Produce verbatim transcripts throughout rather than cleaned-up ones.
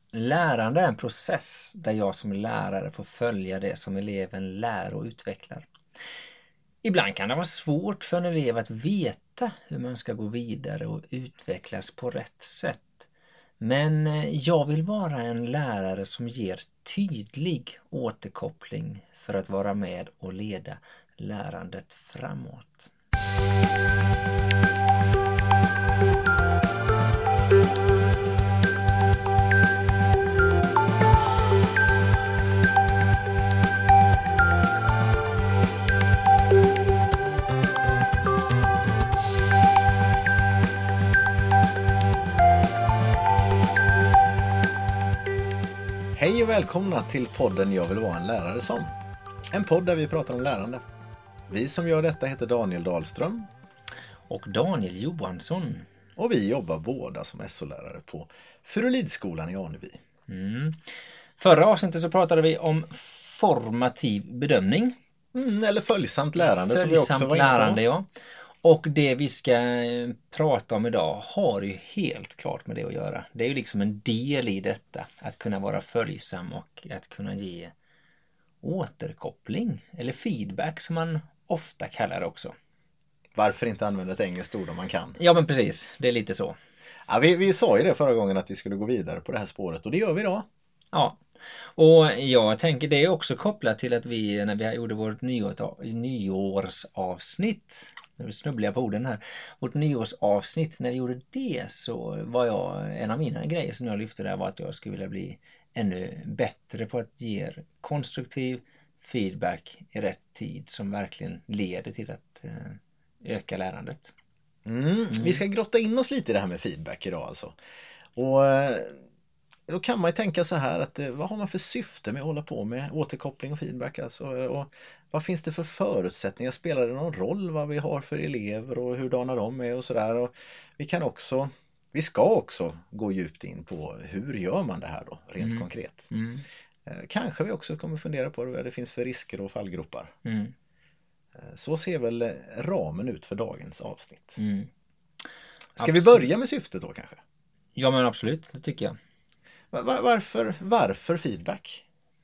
Lärande är en process där jag som lärare får följa det som eleven lär och utvecklar. Ibland kan det vara svårt för en elev att veta hur man ska gå vidare och utvecklas på rätt sätt. Men jag vill vara en lärare som ger tydlig återkoppling för att vara med och leda lärandet framåt. Hej och välkomna till podden Jag vill vara en lärare som. En podd där vi pratar om lärande. Vi som gör detta heter Daniel Dahlström. Och Daniel Johansson. Och vi jobbar båda som S O-lärare på Furulidskolan i Aneby. Mm. Förra avsnittet så pratade vi om formativ bedömning. Mm, eller följsamt lärande följsamt som vi också var inne på. lärande, ja. Och det vi ska prata om idag har ju helt klart med det att göra. Det är ju liksom en del i detta. Att kunna vara följsam och att kunna ge återkoppling. Eller feedback som man ofta kallar det också. Varför inte använda ett engelskt ord om man kan? Ja, men precis. Det är lite så. Ja, vi, vi sa ju det förra gången att vi skulle gå vidare på det här spåret. Och det gör vi idag. Ja. Och jag tänker det är också kopplat till att vi när vi gjorde vårt nyårsavsnitt. Nu snubblar jag på orden här. Vårt nyårsavsnitt, när vi gjorde det så var jag, en av mina grejer som jag lyfte där var att jag skulle vilja bli ännu bättre på att ge konstruktiv feedback i rätt tid som verkligen leder till att öka lärandet. Mm, mm. Vi ska grotta in oss lite i det här med feedback idag alltså. Och då kan man ju tänka så här att vad har man för syfte med att hålla på med återkoppling och feedback alltså, och vad finns det för förutsättningar, spelar det någon roll vad vi har för elever och hurdana de är och sådär, och vi kan också, vi ska också gå djupt in på hur gör man det här då rent mm. konkret. Mm. Kanske vi också kommer fundera på vad det finns för risker och fallgropar. Mm. Så ser väl ramen ut för dagens avsnitt. Mm. Ska Absolut. vi börja med syftet då kanske? Ja, men absolut, det tycker jag. Var, varför, varför feedback?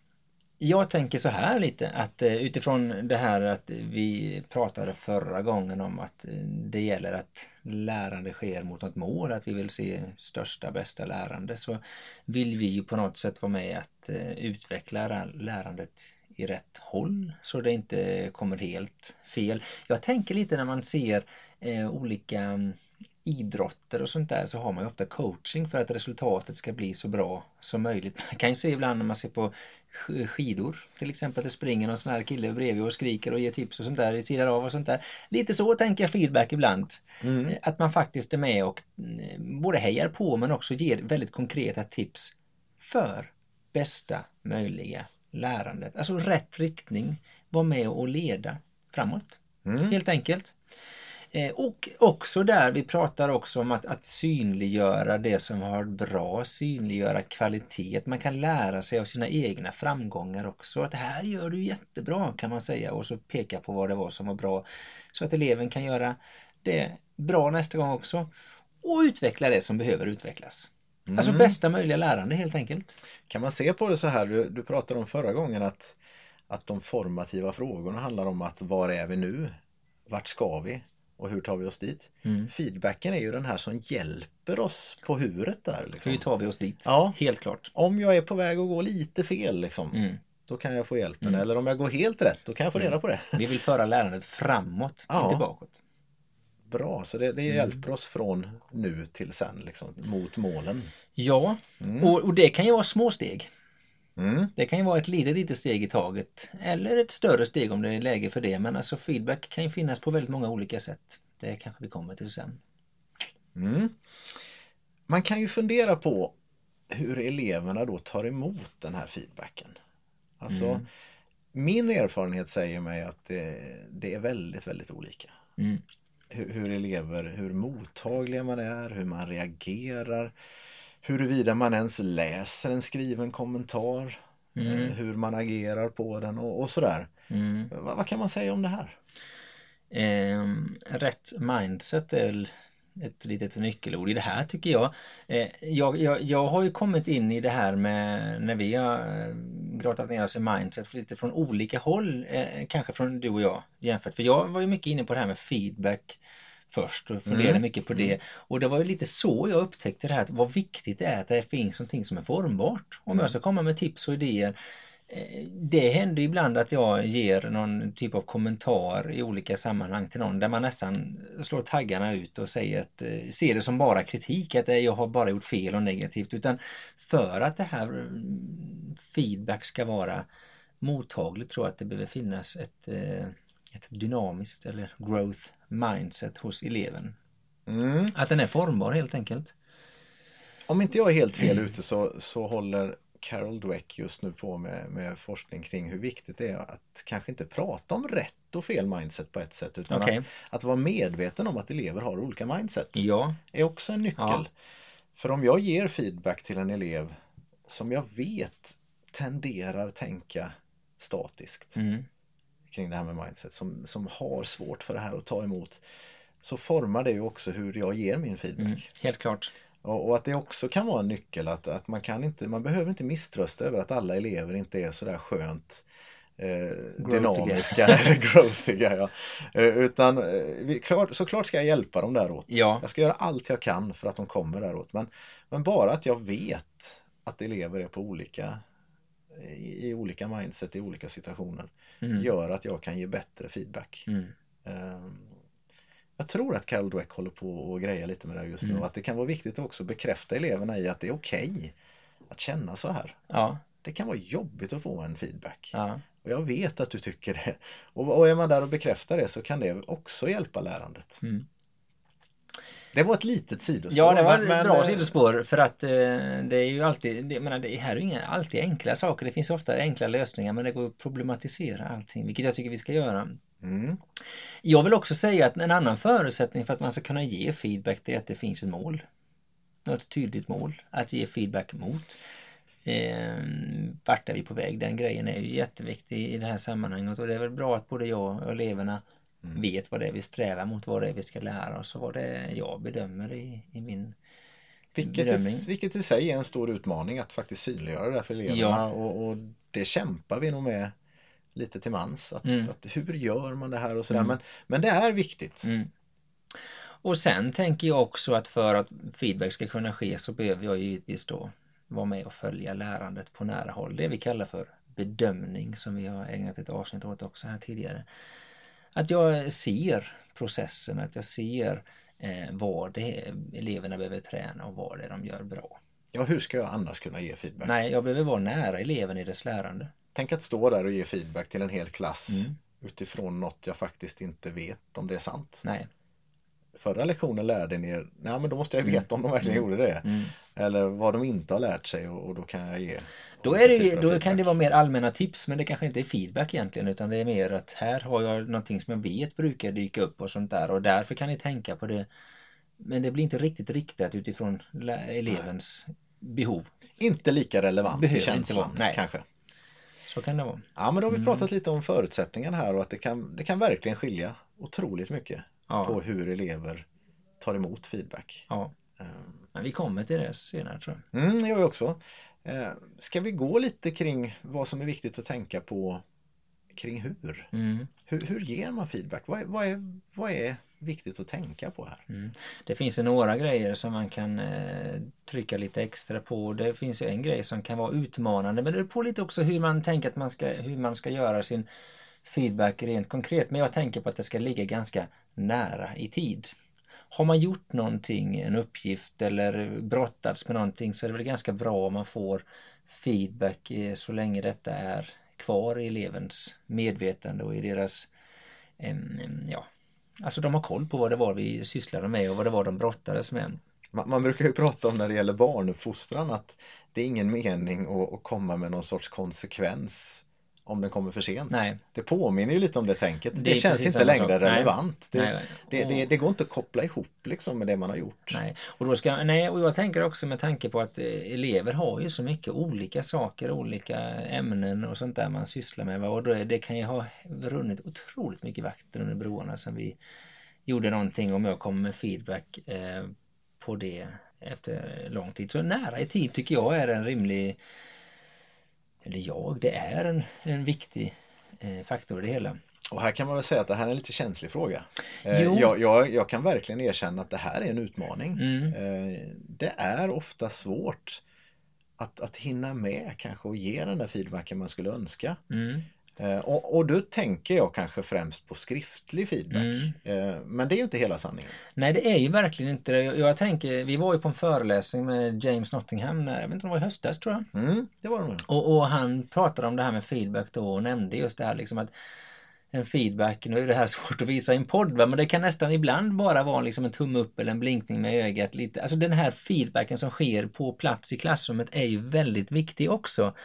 Jag tänker så här lite att utifrån det här att vi pratade förra gången om att det gäller att lärande sker mot något mål, att vi vill se största bästa lärande, så vill vi ju på något sätt vara med att utveckla lärandet i rätt håll så det inte kommer helt fel. Jag tänker lite när man ser eh, olika idrotter och sånt där, så har man ju ofta coaching för att resultatet ska bli så bra som möjligt. Man kan ju se ibland när man ser på skidor till exempel att det springer någon sån här kille bredvid och skriker och ger tips och sånt där i sidan av och sånt där. Lite så tänker jag feedback ibland. Mm. Att man faktiskt är med och både hejar på men också ger väldigt konkreta tips för bästa möjliga lärandet. Alltså rätt riktning, vara med och leda framåt. Mm. Helt enkelt. Och också där vi pratar också om att, att synliggöra det som har bra, synliggöra kvalitet. Man kan lära sig av sina egna framgångar också. Att det här gör du jättebra kan man säga, och så peka på vad det var som var bra. Så att eleven kan göra det bra nästa gång också och utveckla det som behöver utvecklas. Mm. Alltså bästa möjliga lärande helt enkelt. Kan man se på det så här, du, du pratade om förra gången att, att de formativa frågorna handlar om att var är vi nu? Vart ska vi? Och hur tar vi oss dit? Mm. Feedbacken är ju den här som hjälper oss på huret där. Liksom. Hur tar vi oss dit? Ja, helt klart. Om jag är på väg att gå lite fel liksom, mm. då kan jag få hjälpen. Mm. Eller om jag går helt rätt, då kan jag få reda på det. Vi vill föra lärandet framåt, ja. Inte bakåt. Bra, så det, det mm. hjälper oss från nu till sen liksom, mot målen. Ja, mm. och, och det kan ju vara små steg. Mm. Det kan ju vara ett litet, litet steg i taget eller ett större steg om det är läge för det, men alltså feedback kan ju finnas på väldigt många olika sätt. Det kanske vi kommer till sen. Mm. Man kan ju fundera på hur eleverna då tar emot den här feedbacken. Alltså mm. min erfarenhet säger mig att det, det är väldigt, väldigt olika. Mm. Hur, hur elever, hur mottagliga man är, hur man reagerar, huruvida man ens läser en skriven kommentar, mm. hur man agerar på den och, och sådär. Mm. Vad, vad kan man säga om det här? Eh, rätt mindset är ett litet nyckelord i det här tycker jag. Eh, jag, jag. Jag har ju kommit in i det här med när vi har eh, grottat ner oss i mindset lite från olika håll, eh, kanske från du och jag jämfört. För jag var ju mycket inne på det här med feedback först och funderade Mm. mycket på det. Mm. Och det var ju lite så jag upptäckte det här, att vad viktigt det är att det finns någonting som är formbart. Om Mm. jag ska komma med tips och idéer. Det händer ibland att jag ger någon typ av kommentar i olika sammanhang till någon där man nästan slår taggarna ut och säger att ser det som bara kritik, att jag har bara gjort fel och negativt, utan för att det här feedback ska vara mottagligt tror jag att det behöver finnas ett, ett dynamiskt eller growth mindset hos eleven. Mm. Att den är formbar helt enkelt. Om inte jag är helt fel ute så, så håller Carol Dweck just nu på med, med forskning kring hur viktigt det är att kanske inte prata om rätt och fel mindset på ett sätt, utan okay. att, att vara medveten om att elever har olika mindset. Ja. Är också en nyckel. Ja. För om jag ger feedback till en elev som jag vet tenderar tänka statiskt mm. kring det här med mindset, som, som har svårt för det här att ta emot, så formar det ju också hur jag ger min feedback. Mm. Helt klart. Och att det också kan vara en nyckel att, att man kan inte, man behöver inte misströsta över att alla elever inte är sådär skönt eh, dynamiska eller growthiga, ja. eh, utan eh, klart, såklart ska jag hjälpa dem däråt. Ja. Jag ska göra allt jag kan för att de kommer däråt, men, men bara att jag vet att elever är på olika i, i olika mindset i olika situationer mm. gör att jag kan ge bättre feedback. Mm. eh, Jag tror att Carol Dweck håller på och grejer lite med det just nu. Mm. Och att det kan vara viktigt att också bekräfta eleverna i att det är okej att känna så här. Ja. Det kan vara jobbigt att få en feedback. Ja. Och jag vet att du tycker det. Och, och är man där och bekräftar det så kan det också hjälpa lärandet. Mm. Det var ett litet sidospår. Ja, det var ett men, bra men, sidospår för att eh, det är ju alltid, det, menar, det här är ju inga alltid enkla saker. Det finns ofta enkla lösningar, men det går att problematisera allting, vilket jag tycker vi ska göra. Mm. Jag vill också säga att en annan förutsättning för att man ska kunna ge feedback, det är att det finns ett mål. Något tydligt mål att ge feedback mot. Eh, vart är vi på väg? Den grejen är ju jätteviktig i det här sammanhanget, och det är väl bra att både jag och eleverna mm. vet vad det är vi strävar mot, vad det är vi ska lära oss och vad det är jag bedömer i, i min vilket bedömning. I, vilket i sig är en stor utmaning att faktiskt synliggöra det för eleverna, ja. och, och det kämpar vi nog med lite till mans, att, mm. att hur gör man det här och sådär, mm. men, men det är viktigt. Mm. Och sen tänker jag också att för att feedback ska kunna ske så behöver jag givetvis då vara med och följa lärandet på nära håll. Det vi kallar för bedömning, som vi har ägnat ett avsnitt åt också här tidigare. Att jag ser processen, att jag ser eh, vad det är eleverna behöver träna och vad det är de gör bra. Ja, hur ska jag annars kunna ge feedback? Nej, jag behöver vara nära eleven i dess lärande. Tänk att stå där och ge feedback till en hel klass mm. utifrån något jag faktiskt inte vet om det är sant. Nej. Förra lektionen lärde ni er, nej men då måste jag veta mm. om de verkligen mm. gjorde det. Mm. Eller vad de inte har lärt sig, och, och då kan jag ge. Då, är det, då kan det vara mer allmänna tips, men det kanske inte är feedback egentligen, utan det är mer att här har jag någonting som jag vet brukar dyka upp och sånt där, och därför kan ni tänka på det. Men det blir inte riktigt riktat utifrån elevens nej. behov. Inte lika relevant behöver i känslan, inte vara. Nej. Kanske. Så kan det vara. Ja, men då har vi pratat mm. lite om förutsättningarna här, och att det kan, det kan verkligen skilja otroligt mycket ja. på hur elever tar emot feedback. Ja, um. men vi kommer till det senare tror jag. Mm, jag också. Eh, ska vi gå lite kring vad som är viktigt att tänka på kring hur? Mm. Hur, hur ger man feedback? Vad är, vad är, vad är viktigt att tänka på här? Mm. Det finns ju några grejer som man kan eh, trycka lite extra på. Det finns ju en grej som kan vara utmanande, men det är på lite också hur man tänker att man ska, hur man ska göra sin feedback rent konkret. Men jag tänker på att det ska ligga ganska nära i tid. Har man gjort någonting, en uppgift eller brottats med någonting, så är det väl ganska bra om man får feedback så länge detta är kvar i elevens medvetande och i deras, ja, alltså de har koll på vad det var vi sysslade med och vad det var de brottades med. Man, man brukar ju prata om när det gäller barnuppfostran att det är ingen mening att, att komma med någon sorts konsekvens om den kommer för sent. Nej. Det påminner ju lite om det tänket. Det, det känns inte längre sak. relevant. Nej. Det, nej. Det, det, det går inte att koppla ihop liksom med det man har gjort. Nej. Och då ska, nej, och jag tänker också med tanke på att elever har ju så mycket olika saker, olika ämnen och sånt där man sysslar med. Och då är, det kan ju ha runnit otroligt mycket vatten under broarna som vi gjorde någonting, om jag kommer med feedback eh, på det efter lång tid. Så nära i tid tycker jag är en rimlig, eller jag, det är en, en viktig eh, faktor i det hela. Och här kan man väl säga att det här är en lite känslig fråga. Jo. Jag, jag, jag kan verkligen erkänna att det här är en utmaning. Mm. Det är ofta svårt att, att hinna med kanske och ge den där feedbacken man skulle önska. Mm. Och, och då tänker jag kanske främst på skriftlig feedback. Mm. Men det är ju inte hela sanningen. Nej, det är ju verkligen inte det. Jag tänker, vi var ju på en föreläsning med James Nottingham, jag vet inte om det var i höstas tror jag. Mm, det var det. Och, och han pratade om det här med feedback då och nämnde just det här liksom att en feedback, nu är det här svårt att visa i en podd, men det kan nästan ibland bara vara liksom en tumme upp eller en blinkning med ögat lite. Alltså den här feedbacken som sker på plats i klassrummet är ju väldigt viktig också.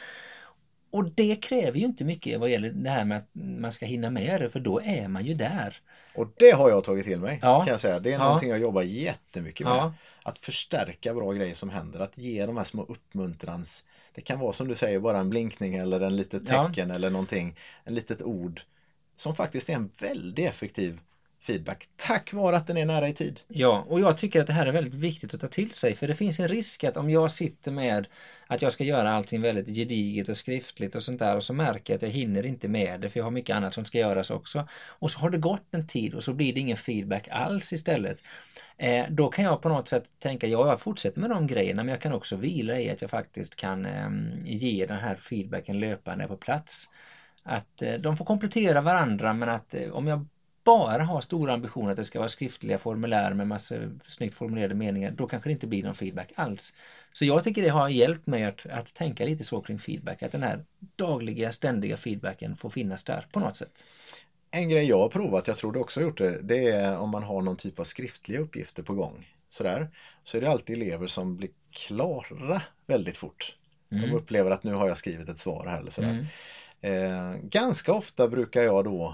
Och det kräver ju inte mycket vad gäller det här med att man ska hinna med det, för då är man ju där. Och det har jag tagit till mig, ja. kan jag säga. Det är ja. någonting jag jobbar jättemycket med. Ja. Att förstärka bra grejer som händer, att ge de här små uppmuntrans. Det kan vara som du säger, bara en blinkning eller en litet tecken ja. eller någonting, en litet ord. Som faktiskt är en väldigt effektiv feedback tack vare att den är nära i tid. Ja, och jag tycker att det här är väldigt viktigt att ta till sig, för det finns en risk att om jag sitter med att jag ska göra allting väldigt gediget och skriftligt och sånt där, och så märker jag att jag hinner inte med det för jag har mycket annat som ska göras också, och så har det gått en tid och så blir det ingen feedback alls istället. Eh, då kan jag på något sätt tänka, ja, jag fortsätter med de grejerna, men jag kan också vila i att jag faktiskt kan eh, ge den här feedbacken löpande på plats. Att eh, de får komplettera varandra, men att eh, om jag bara har stora ambitioner att det ska vara skriftliga formulär med massor snyggt formulerade meningar, då kanske det inte blir någon feedback alls. Så jag tycker det har hjälpt mig att, att tänka lite så kring feedback, att den här dagliga, ständiga feedbacken får finnas där på något sätt. En grej jag har provat, jag tror du också har gjort det, det är om man har någon typ av skriftliga uppgifter på gång. Sådär, så är det alltid elever som blir klara väldigt fort. Mm. De upplever att nu har jag skrivit ett svar här eller sådär. Mm. Eh, ganska ofta brukar jag då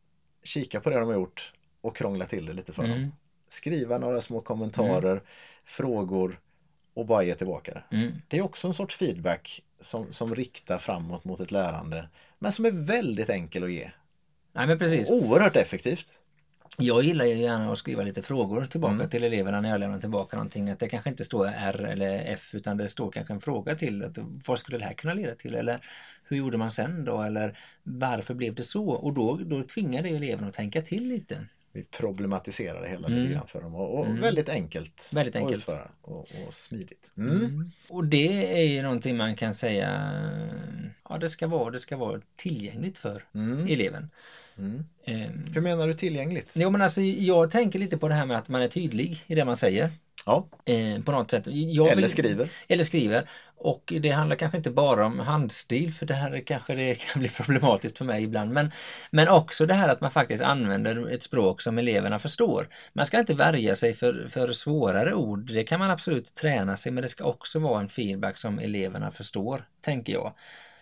kika på det de har gjort och krångla till det lite för mm. dem. Skriva några små kommentarer, mm. frågor och bara ge tillbaka det. Mm. Det är också en sorts feedback som, som riktar framåt mot ett lärande, men som är väldigt enkel att ge. Nej, men precis. Och oerhört effektivt. Jag gillar ju gärna att skriva lite frågor tillbaka Mm. till eleverna när jag lämnar tillbaka någonting. Att det kanske inte står R eller F, utan det står kanske en fråga till. Att vad skulle det här kunna leda till? Eller hur gjorde man sen då? Eller varför blev det så? Och då, då tvingar det eleverna att tänka till lite. Vi problematiserar det hela mm. lite grann för dem. Och, och mm. väldigt enkelt, väldigt enkelt. att utföra och, och smidigt. Mm. Mm. Och det är ju någonting man kan säga, ja, det ska vara, det ska vara tillgängligt för mm. eleven. Mm. Um, Hur menar du tillgängligt? Jo, men alltså, jag tänker lite på det här med att man är tydlig i det man säger. Ja. Eh, på något sätt. Jag eller vill, skriver. Eller skriver. Och det handlar kanske inte bara om handstil, för det här kanske det kan bli problematiskt för mig ibland. Men, men också det här att man faktiskt använder ett språk som eleverna förstår. Man ska inte värja sig för, för svårare ord. Det kan man absolut träna sig, men det ska också vara en feedback som eleverna förstår, tänker jag.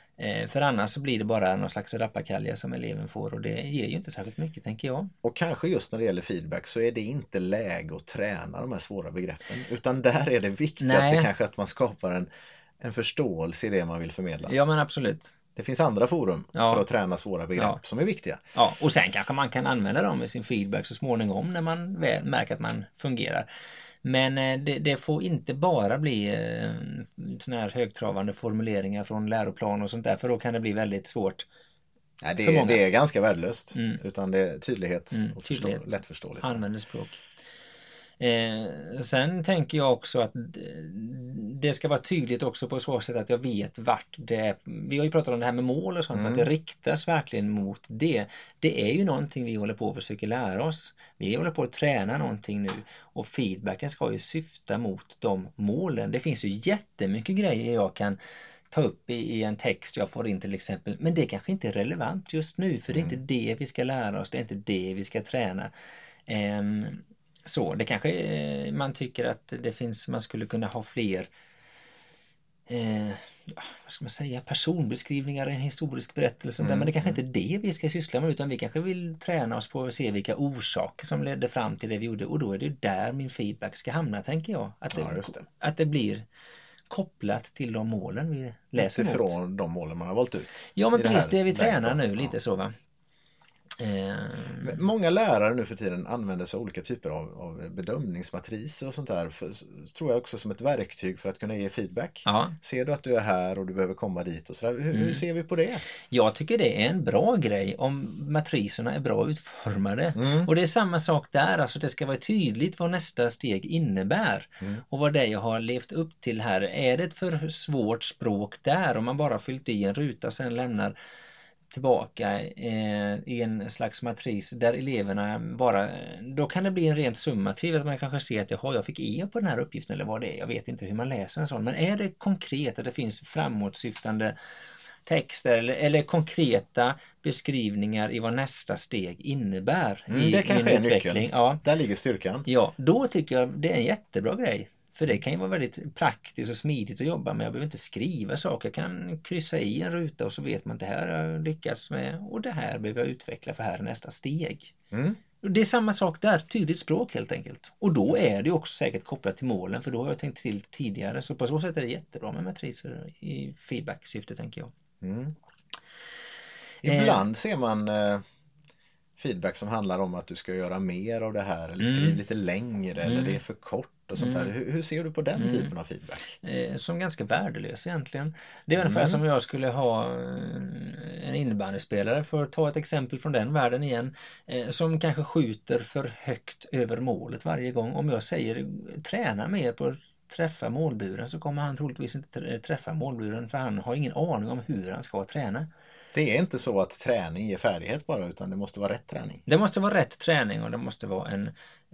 För annars så blir det bara någon slags rappakalja som eleven får, och det ger ju inte särskilt mycket, tänker jag. Och kanske just när det gäller feedback så är det inte läge att träna de här svåra begreppen, utan där är det viktigaste Nej. kanske att man skapar en, en förståelse i det man vill förmedla. Ja, men absolut. Det finns andra forum ja. för att träna svåra begrepp ja. som är viktiga. Ja, och sen kanske man kan använda dem i sin feedback så småningom när man väl märker att man fungerar. Men det, det får inte bara bli eh, såna här högtravande formuleringar från läroplan och sånt där, för då kan det bli väldigt svårt. Nej, det, är, det är ganska värdelöst, mm. utan det är tydlighet mm, och tydlighet. Förstå, lättförståeligt. Använder språk. Eh, sen tänker jag också att det ska vara tydligt också på så sätt att jag vet vart det är. Vi har ju pratat om det här med mål och sånt, mm. att det riktas verkligen mot det. Det är ju någonting vi håller på att försöka lära oss. Vi håller på att träna någonting nu, och feedbacken ska ju syfta mot de målen. Det finns ju jättemycket grejer jag kan ta upp i, i en text jag får in till exempel, men det kanske inte är relevant just nu, för mm. det är inte det vi ska lära oss, det är inte det vi ska träna. Um, Så det kanske eh, man tycker att det finns, man skulle kunna ha fler eh, vad ska man säga, personbeskrivningar i en historisk berättelse, mm. men det kanske inte är det vi ska syssla med, utan vi kanske vill träna oss på att se vilka orsaker som ledde fram till det vi gjorde, och då är det där min feedback ska hamna, tänker jag. Att det, ja, just det. Att det blir kopplat till de målen vi läser mot. Utifrån de målen man har valt ut. Ja, men precis det, det vi tränar nu, lite ja. så va. Eh, Många lärare nu för tiden använder sig av olika typer av, av bedömningsmatriser och sånt där, för, tror jag också som ett verktyg för att kunna ge feedback. ja. Ser du att du är här och du behöver komma dit och sådär, hur, Mm. hur ser vi på det? Jag tycker det är en bra grej om matriserna är bra utformade. Mm. Och det är samma sak där, alltså det ska vara tydligt vad nästa steg innebär. Mm. Och vad det jag har levt upp till här, är det ett för svårt språk där om man bara fyllt i en ruta och sen lämnar tillbaka eh, i en slags matris där eleverna bara, då kan det bli en rent summativ att man kanske ser att jaha, jag fick E på den här uppgiften eller vad det är, jag vet inte hur man läser en sån, men är det konkret att det finns framåtsyftande texter eller, eller konkreta beskrivningar i vad nästa steg innebär Mm, i, det kanske i är en utveckling. nyckeln. Ja. Där ligger styrkan. Ja, då tycker jag det är en jättebra grej. För det kan ju vara väldigt praktiskt och smidigt att jobba med. Jag behöver inte skriva saker. Jag kan kryssa i en ruta och så vet man att det här har jag lyckats med och det här behöver jag utveckla för här är nästa steg. Mm. Det är samma sak där, tydligt språk helt enkelt. Och då är det också säkert kopplat till målen för då har jag tänkt till tidigare. Så på så sätt är det jättebra med matriser i feedback-syfte tänker jag. Mm. Ibland eh. ser man eh, feedback som handlar om att du ska göra mer av det här eller skriv mm. lite längre mm. eller det är för kort och sånt mm. där. Hur, hur ser du på den mm. typen av feedback? Eh, som ganska värdelös egentligen. Det är mm. ungefär som jag skulle ha en innebandyspelare, för att ta ett exempel från den världen igen, eh, som kanske skjuter för högt över målet varje gång. Om jag säger träna mer på att träffa målburen så kommer han troligtvis inte träffa målburen för han har ingen aning om hur han ska träna. Det är inte så att träning ger färdighet bara utan det måste vara rätt träning. Det måste vara rätt träning och det måste vara en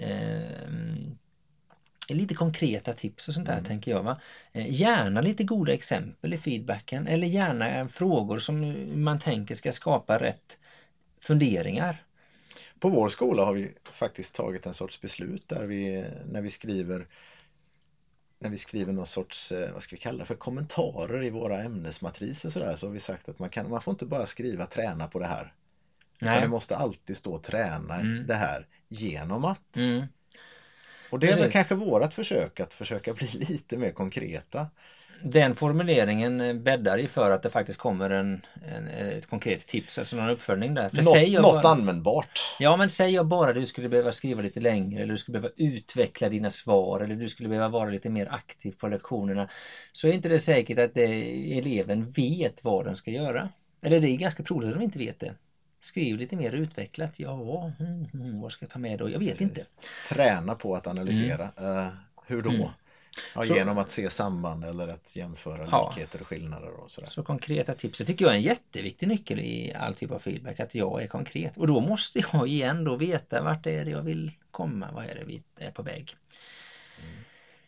eh, lite konkreta tips och sånt där mm. tänker jag va. Eh, gärna lite goda exempel i feedbacken eller gärna frågor som man tänker ska skapa rätt funderingar. På vår skola har vi faktiskt tagit en sorts beslut där vi när vi skriver när vi skriver någon sorts, vad ska vi kalla det för, kommentarer i våra ämnesmatriser så där, så har vi sagt att man kan man får inte bara skriva träna på det här. Nej. Det måste alltid stå träna mm. det här genom att. Mm. Och det är väl kanske vårat försök att försöka bli lite mer konkreta. Den formuleringen bäddar ju för att det faktiskt kommer en, en ett konkret tips, alltså någon uppföljning där. För Något, säg något bara, användbart. Ja, men säg jag bara du skulle behöva skriva lite längre eller du skulle behöva utveckla dina svar eller du skulle behöva vara lite mer aktiv på lektionerna, så är inte det säkert att det, eleven vet vad den ska göra. Eller det är ganska troligt att de inte vet det. Skriv lite mer utvecklat. Ja, mm, mm, vad ska jag ta med då? Jag vet inte. Träna på att analysera. Mm. Uh, hur då? Mm. Ja, så, genom att se samband eller att jämföra ja, likheter och skillnader och sådär. Så konkreta tips. Det tycker jag är en jätteviktig nyckel i all typ av feedback, att jag är konkret. Och då måste jag igen då veta vart är det jag vill komma, vad är det vi är på väg. Mm.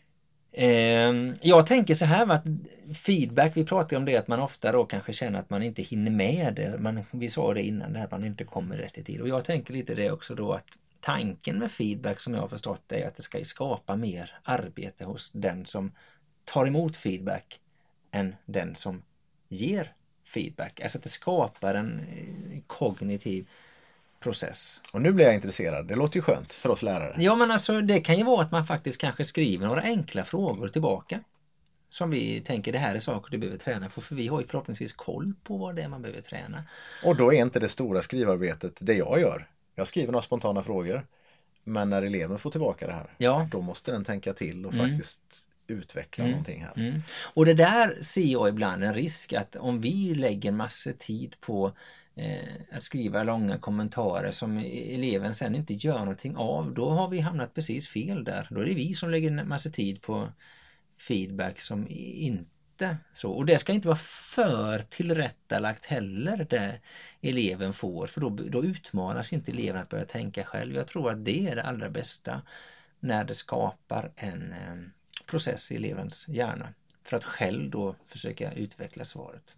Eh, jag tänker så här att feedback, vi pratar om det att man ofta då kanske känner att man inte hinner med det. Man, vi sa det innan, det här, man inte kommer rätt i tid. Och jag tänker lite det också då att tanken med feedback som jag har förstått är att det ska skapa mer arbete hos den som tar emot feedback än den som ger feedback. Alltså att det skapar en kognitiv process. Och nu blir jag intresserad. Det låter ju skönt för oss lärare. Ja, men alltså det kan ju vara att man faktiskt kanske skriver några enkla frågor tillbaka. Som vi tänker, det här är saker du behöver träna på. För vi har ju förhoppningsvis koll på vad det är man behöver träna. Och då är inte det stora skrivarbetet det jag gör. Jag skriver några spontana frågor. Men när eleven får tillbaka det här, ja. Då måste den tänka till och mm. faktiskt utveckla mm. någonting här. Mm. Och det där ser jag ibland en risk att om vi lägger massor tid på eh, att skriva långa kommentarer som eleven sen inte gör någonting av, då har vi hamnat precis fel där. Då är det vi som lägger massor tid på feedback som inte så. Och det ska inte vara för tillrättalagt heller det eleven får, för då, då utmanas inte eleven att börja tänka själv. Jag tror att det är det allra bästa när det skapar en eh, process i elevens hjärna för att själv då försöka utveckla svaret.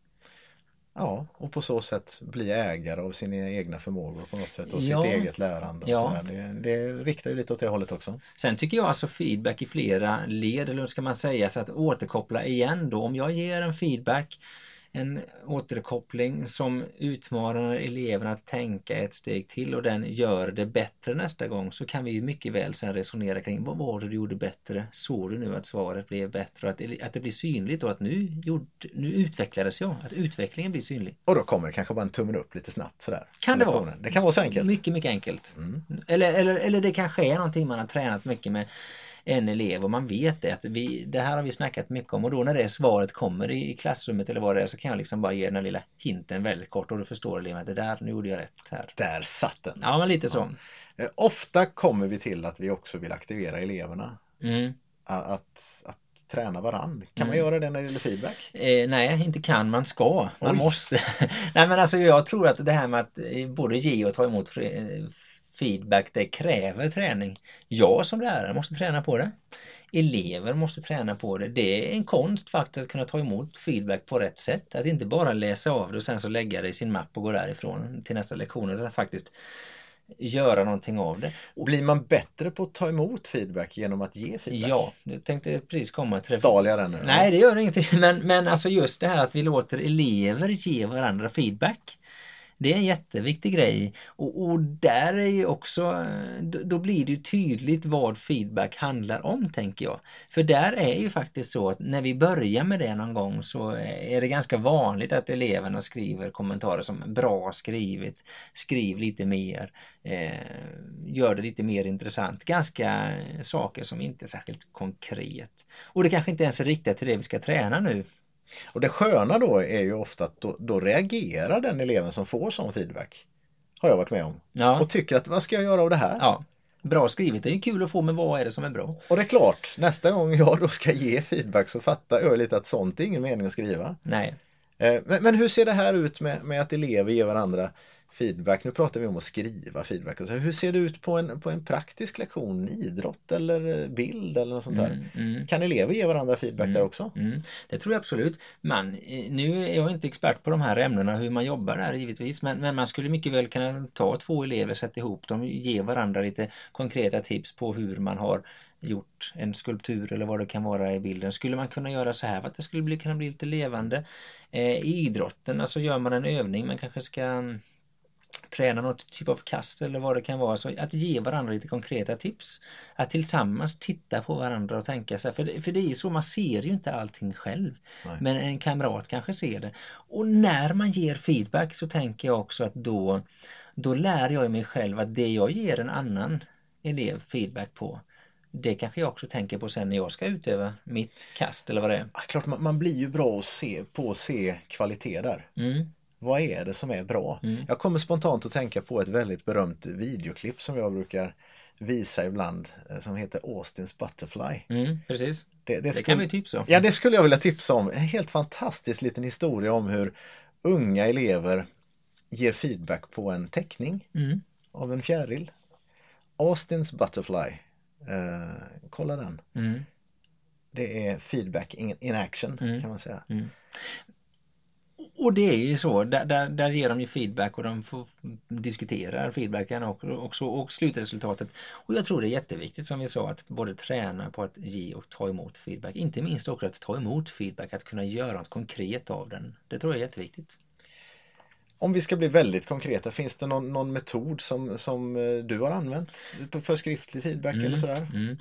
Ja, och på så sätt bli ägare av sina egna förmågor på något sätt och ja, sitt eget lärande. Och ja. det, det riktar ju lite åt det hållet också. Sen tycker jag alltså feedback i flera led, eller ska man säga så att återkoppla igen då. Om jag ger en feedback en återkoppling som utmanar eleverna att tänka ett steg till och den gör det bättre nästa gång, så kan vi ju mycket väl sen resonera kring vad var det du gjorde bättre, såg du nu att svaret blev bättre, att, att det blir synligt och att nu, gjorde, nu utvecklades jag, att utvecklingen blir synlig. Och då kommer det kanske bara en tummen upp lite snabbt sådär. Kan det vara? Det kan vara så enkelt. Mycket, mycket enkelt. Mm. Eller, eller, eller det kanske är någonting man har tränat mycket med en elev och man vet det, att vi, det här har vi snackat mycket om, och då när det svaret kommer i, i klassrummet eller vad det är, så kan jag liksom bara ge den här lilla hinten väldigt kort och då förstår eleven att det där, nu gjorde jag rätt här. Där satt den. Ja, men lite så. Ja. Ofta kommer vi till att vi också vill aktivera eleverna. Mm. Att, att, att träna varann. Kan man Mm. göra det när det gäller feedback? Eh, nej, inte kan, man ska. Man Oj. måste. Nej, men alltså jag tror att det här med att eh, både ge och ta emot fre- feedback, det kräver träning. Jag som lärare måste träna på det. Elever måste träna på det. Det är en konst faktiskt att kunna ta emot feedback på rätt sätt. Att inte bara läsa av det och sen så lägga det i sin mapp och gå därifrån till nästa lektion, utan faktiskt göra någonting av det. Och blir man bättre på att ta emot feedback genom att ge feedback? Ja, jag tänkte precis komma till det. Stal jag den nu? Nej, det gör ingenting. Men, men alltså just det här att vi låter elever ge varandra feedback. Det är en jätteviktig grej, och, och där är ju också, då, då blir det ju tydligt vad feedback handlar om, tänker jag. För där är ju faktiskt så att när vi börjar med det någon gång så är det ganska vanligt att eleverna skriver kommentarer som bra skrivit, skriv lite mer, eh, gör det lite mer intressant. Ganska saker som inte är särskilt konkret. Och det kanske inte ens är riktigt till det vi ska träna nu. Och det sköna då är ju ofta att då, då reagerar den eleven som får sån feedback. Har jag varit med om. Ja. Och tycker att vad ska jag göra av det här? Ja, bra skrivet. Det är ju kul att få, men vad är det som är bra? Och det är klart, nästa gång jag då ska ge feedback så fattar jag lite att sånt är ingen mening att skriva. Nej. Men, men hur ser det här ut med, med att elever ger varandra feedback? Nu pratar vi om att skriva feedback. Alltså, hur ser det ut på en, på en praktisk lektion, idrott eller bild eller något sånt där? Mm, mm. Kan elever ge varandra feedback Mm, där också? Mm. Det tror jag absolut. Man, nu är jag inte expert på de här ämnena, hur man jobbar där givetvis, men, men man skulle mycket väl kunna ta två elever, sätta ihop dem, ge varandra lite konkreta tips på hur man har gjort en skulptur eller vad det kan vara i bilden. Skulle man kunna göra så här för att det skulle bli, kunna bli lite levande? Eh, I idrotten, alltså gör man en övning, man kanske ska träna något typ av kast eller vad det kan vara, så att ge varandra lite konkreta tips, att tillsammans titta på varandra och tänka så här, för det, för det är ju så, man ser ju inte allting själv. Nej. Men en kamrat kanske ser det, och när man ger feedback så tänker jag också att då då lär jag mig själv att det jag ger en annan elev feedback på, det kanske jag också tänker på sen när jag ska utöva mitt kast eller vad det är. Ja, klart, man, man blir ju bra att se, på att se kvalitet där. Mm. Vad är det som är bra? Mm. Jag kommer spontant att tänka på ett väldigt berömt videoklipp som jag brukar visa ibland, som heter Austin's Butterfly. Mm, precis. Det, det, det skulle, kan vi tipsa om. Ja, det skulle jag vilja tipsa om. En helt fantastisk liten historia om hur unga elever ger feedback på en teckning mm. av en fjäril. Austin's Butterfly. Uh, kolla den. Mm. Det är feedback in, in action mm. kan man säga. Mm. Och det är ju så, där, där, där ger de ju feedback och de får diskutera feedbacken och, och, så, och slutresultatet. Och jag tror det är jätteviktigt, som vi sa, att både träna på att ge och ta emot feedback. Inte minst också att ta emot feedback, att kunna göra något konkret av den. Det tror jag är jätteviktigt. Om vi ska bli väldigt konkreta, finns det någon, någon metod som, som du har använt för skriftlig feedback mm, eller sådär? Mm.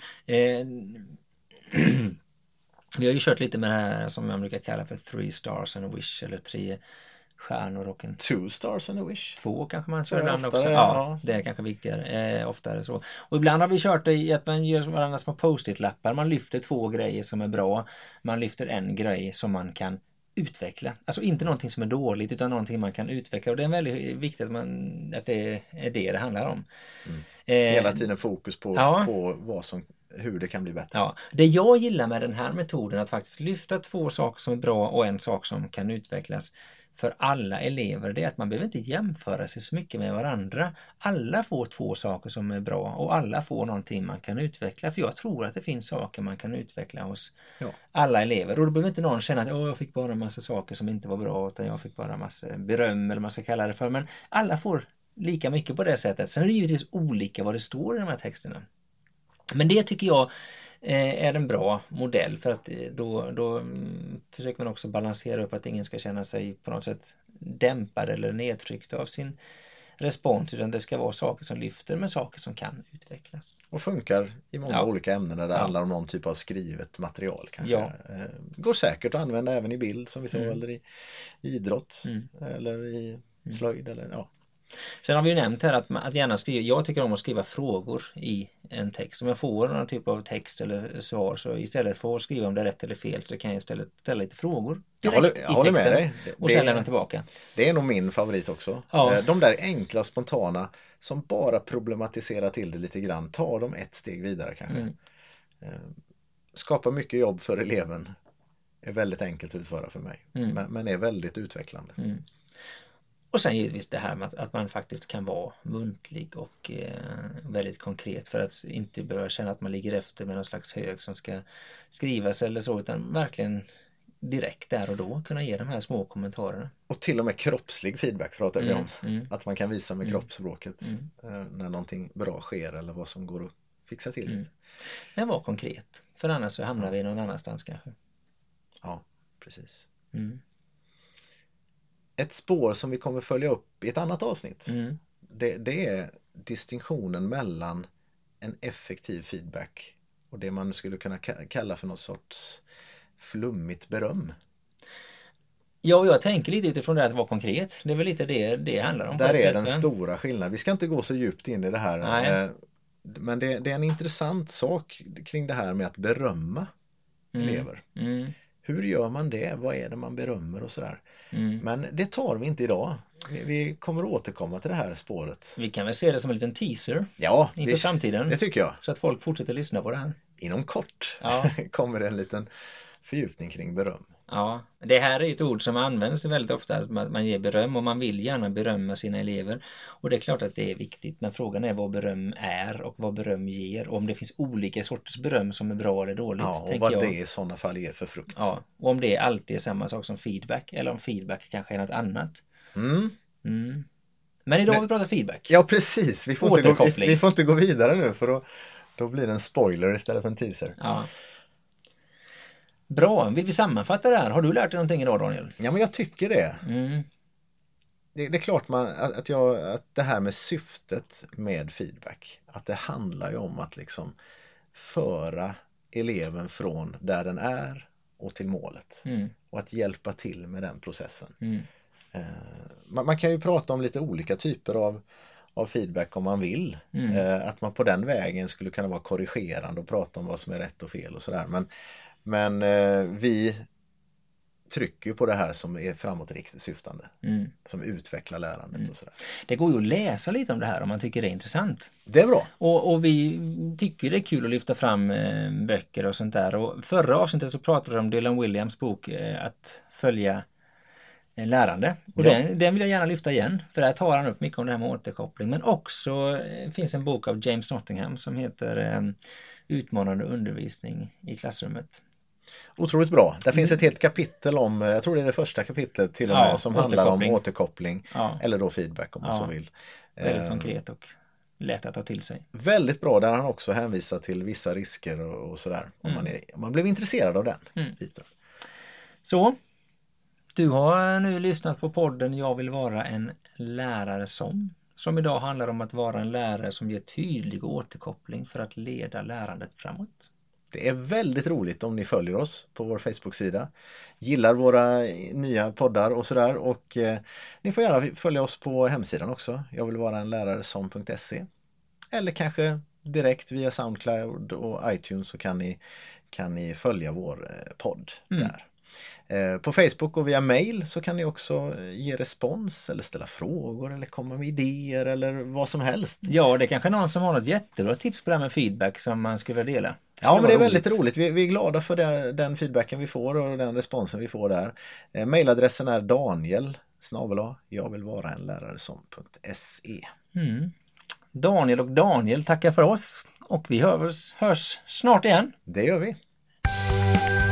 Eh, vi har ju kört lite med det här som man brukar kalla för three stars and a wish, eller tre stjärnor och en... Two stars and a wish? Två kanske man kör ibland oftare, också. Ja, ja, det är kanske viktigare. Eh, oftare så. Och ibland har vi kört det i att man gör varandra små post-it-lappar. Man lyfter två grejer som är bra. Man lyfter en grej som man kan utveckla. Alltså inte någonting som är dåligt, utan någonting man kan utveckla. Och det är väldigt viktigt att, man, att det är det det handlar om. Mm. Eh, Hela tiden fokus på, ja. på vad som, hur det kan bli bättre. Ja. Det jag gillar med den här metoden, att faktiskt lyfta två saker som är bra och en sak som kan utvecklas för alla elever, det är att man behöver inte jämföra sig så mycket med varandra. Alla får två saker som är bra och alla får någonting man kan utveckla. För jag tror att det finns saker man kan utveckla hos ja. alla elever. Och då behöver inte någon känna att Åh, jag fick bara en massa saker som inte var bra, utan jag fick bara en massa beröm eller vad man ska kalla det för. Men alla får lika mycket på det sättet. Sen är det givetvis olika vad det står i de här texterna. Men det tycker jag är en bra modell, för att då, då försöker man också balansera upp att ingen ska känna sig på något sätt dämpad eller nedtryckt av sin respons, utan det ska vara saker som lyfter med saker som kan utvecklas. Och funkar i många Ja. olika ämnen där det Ja. handlar om någon typ av skrivet material kanske. Ja. Eh, Går säkert att använda även i bild som vi sa, Mm. eller i idrott Mm. eller i Mm. slöjd eller ja. Sen har vi ju nämnt här att, man, att gärna skriva, jag tycker om att skriva frågor i en text. Om jag får någon typ av text eller svar, så istället för att skriva om det är rätt eller fel, så kan jag istället ställa lite frågor Jag direkt håller, jag i håller med texten dig. Det, och sen det- lämna tillbaka. Det är nog min favorit också. Ja. Eh, De där enkla, spontana som bara problematiserar till det lite grann. Tar dem ett steg vidare kanske. Mm. Eh, Skapar mycket jobb för eleven. Är väldigt enkelt att utföra för mig. Mm. Men, men är väldigt utvecklande. Mm. Och sen givetvis det här med att, att man faktiskt kan vara muntlig och eh, väldigt konkret, för att inte behöva känna att man ligger efter med någon slags hög som ska skrivas eller så, utan verkligen direkt där och då kunna ge de här små kommentarerna. Och till och med kroppslig feedback pratar vi Mm, om. mm. Att man kan visa med Mm. kroppsspråket Mm. eh, när någonting bra sker eller vad som går att fixa till. Mm. Men var konkret, för annars så hamnar Ja. vi någon annanstans kanske. Ja, precis. Mm. Ett spår som vi kommer följa upp i ett annat avsnitt. Mm. Det, det är distinktionen mellan en effektiv feedback och det man skulle kunna ka- kalla för något sorts flummigt beröm. Ja, och jag tänker lite utifrån det att vara konkret. Det är väl lite det det handlar om. på Där ett är sätt, den va? stora skillnaden. Vi ska inte gå så djupt in i det här. Nej. eh, Men det, det är en intressant sak kring det här med att berömma Mm. elever. Mm. Hur gör man det? Vad är det man berömmer och sådär? Mm. Men det tar vi inte idag. Vi, vi kommer återkomma till det här spåret. Vi kan väl se det som en liten teaser Ja, inför vi, framtiden. det tycker jag. Så att folk fortsätter lyssna på det här. Inom kort Ja. kommer det en liten fördjupning kring beröm. Ja, det här är ett ord som används väldigt ofta, att man, man ger beröm, och man vill gärna berömma sina elever. Och det är klart att det är viktigt, men frågan är vad beröm är och vad beröm ger. Och om det finns olika sorters beröm som är bra eller dåligt, Ja, och tänker vad jag. det i sådana fall är för frukt. Ja, och om det alltid är samma sak som feedback, eller om feedback kanske är något annat. Mm. Mm. Men idag Men- har vi pratat feedback. Ja, precis. Vi får, inte gå, vi, Återkoppling. vi får inte gå vidare nu för då, då blir det en spoiler istället för en teaser. Ja. Bra, vill vi sammanfatta det här? Har du lärt dig någonting idag, Daniel? Ja, men jag tycker det. Mm. Det, det är klart man, att, att, jag, att det här med syftet med feedback, att det handlar ju om att liksom föra eleven från där den är och till målet. Mm. Och att hjälpa till med den processen. Mm. Eh, man, man kan ju prata om lite olika typer av, av feedback om man vill. Mm. Eh, att man på den vägen skulle kunna vara korrigerande och prata om vad som är rätt och fel och sådär. Men, men eh, vi trycker ju på det här som är framåtriktigt syftande. Mm. Som utvecklar lärandet Mm. och sådär. Det går ju att läsa lite om det här om man tycker det är intressant. Det är bra. Och, och vi tycker det är kul att lyfta fram eh, böcker och sånt där. Och förra avsnittet så pratade vi om Dylan Williams bok eh, Att följa eh, lärande. Och Ja. den, den vill jag gärna lyfta igen. För där tar han upp mycket om det här med återkoppling. Men också eh, finns en bok av James Nottingham som heter eh, Utmanande undervisning i klassrummet. Otroligt bra. Där finns ett helt kapitel om, jag tror det är det första kapitlet till och med, Ja, som handlar om återkoppling. återkoppling. Ja, Eller då feedback om man Ja. så vill. väldigt Eh, konkret och lätt att ta till sig. Väldigt bra, där han också hänvisar till vissa risker och, och sådär. Om, Mm. man är, om man blev intresserad av den Mm. biten. Så, du har nu lyssnat på podden Jag vill vara en lärare som. Som idag handlar om att vara en lärare som ger tydlig återkoppling för att leda lärandet framåt. Det är väldigt roligt om ni följer oss på vår Facebook-sida. Gillar våra nya poddar och sådär. Och eh, ni får gärna följa oss på hemsidan också. Jag vill vara en lärare som.se. Eller kanske direkt via SoundCloud och iTunes så kan ni, kan ni följa vår eh, podd Mm. där. Eh, på Facebook och via mail så kan ni också ge respons eller ställa frågor eller komma med idéer eller vad som helst. Ja, det är kanske någon som har något jättebra tips på det här med feedback som man skulle dela. Ja, men det är vara väldigt roligt. Vi, vi är glada för det, den feedbacken vi får och den responsen vi får där. Eh, mailadressen är daniel snabel-a jag vill vara en lärare som.se. Mm. Daniel och Daniel tackar för oss och vi hörs, hörs snart igen. Det gör vi.